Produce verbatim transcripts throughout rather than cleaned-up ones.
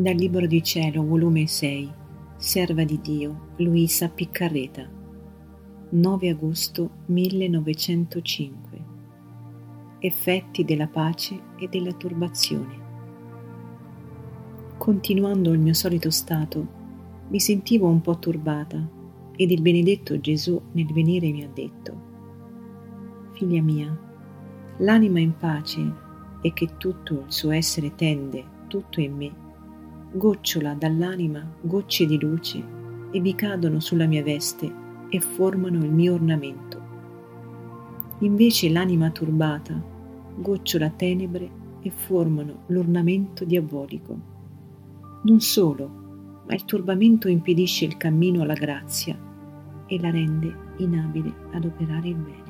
Dal Libro di Cielo, volume sei, Serva di Dio, Luisa Piccarreta, nove agosto millenovecentocinque. Effetti della pace e della turbazione. Continuando il mio solito stato, mi sentivo un po' turbata ed il benedetto Gesù nel venire mi ha detto: Figlia mia, l'anima in pace e che tutto il suo essere tende tutto in me, gocciola dall'anima gocce di luce e vi cadono sulla mia veste e formano il mio ornamento. Invece l'anima turbata gocciola tenebre e formano l'ornamento diabolico. Non solo, ma il turbamento impedisce il cammino alla grazia e la rende inabile ad operare il bene.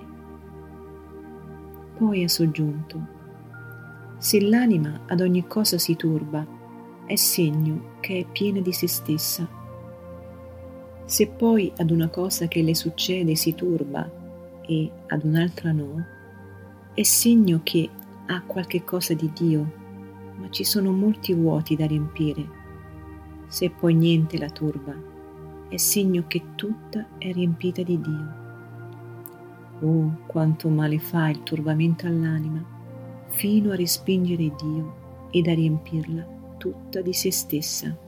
Poi ha soggiunto: se l'anima ad ogni cosa si turba, è segno che è piena di se stessa. Se poi ad una cosa che le succede si turba e ad un'altra no, è segno che ha qualche cosa di Dio, ma ci sono molti vuoti da riempire. Se poi niente la turba, è segno che tutta è riempita di Dio. Oh, quanto male fa il turbamento all'anima, fino a respingere Dio ed a riempirla tutta di se stessa.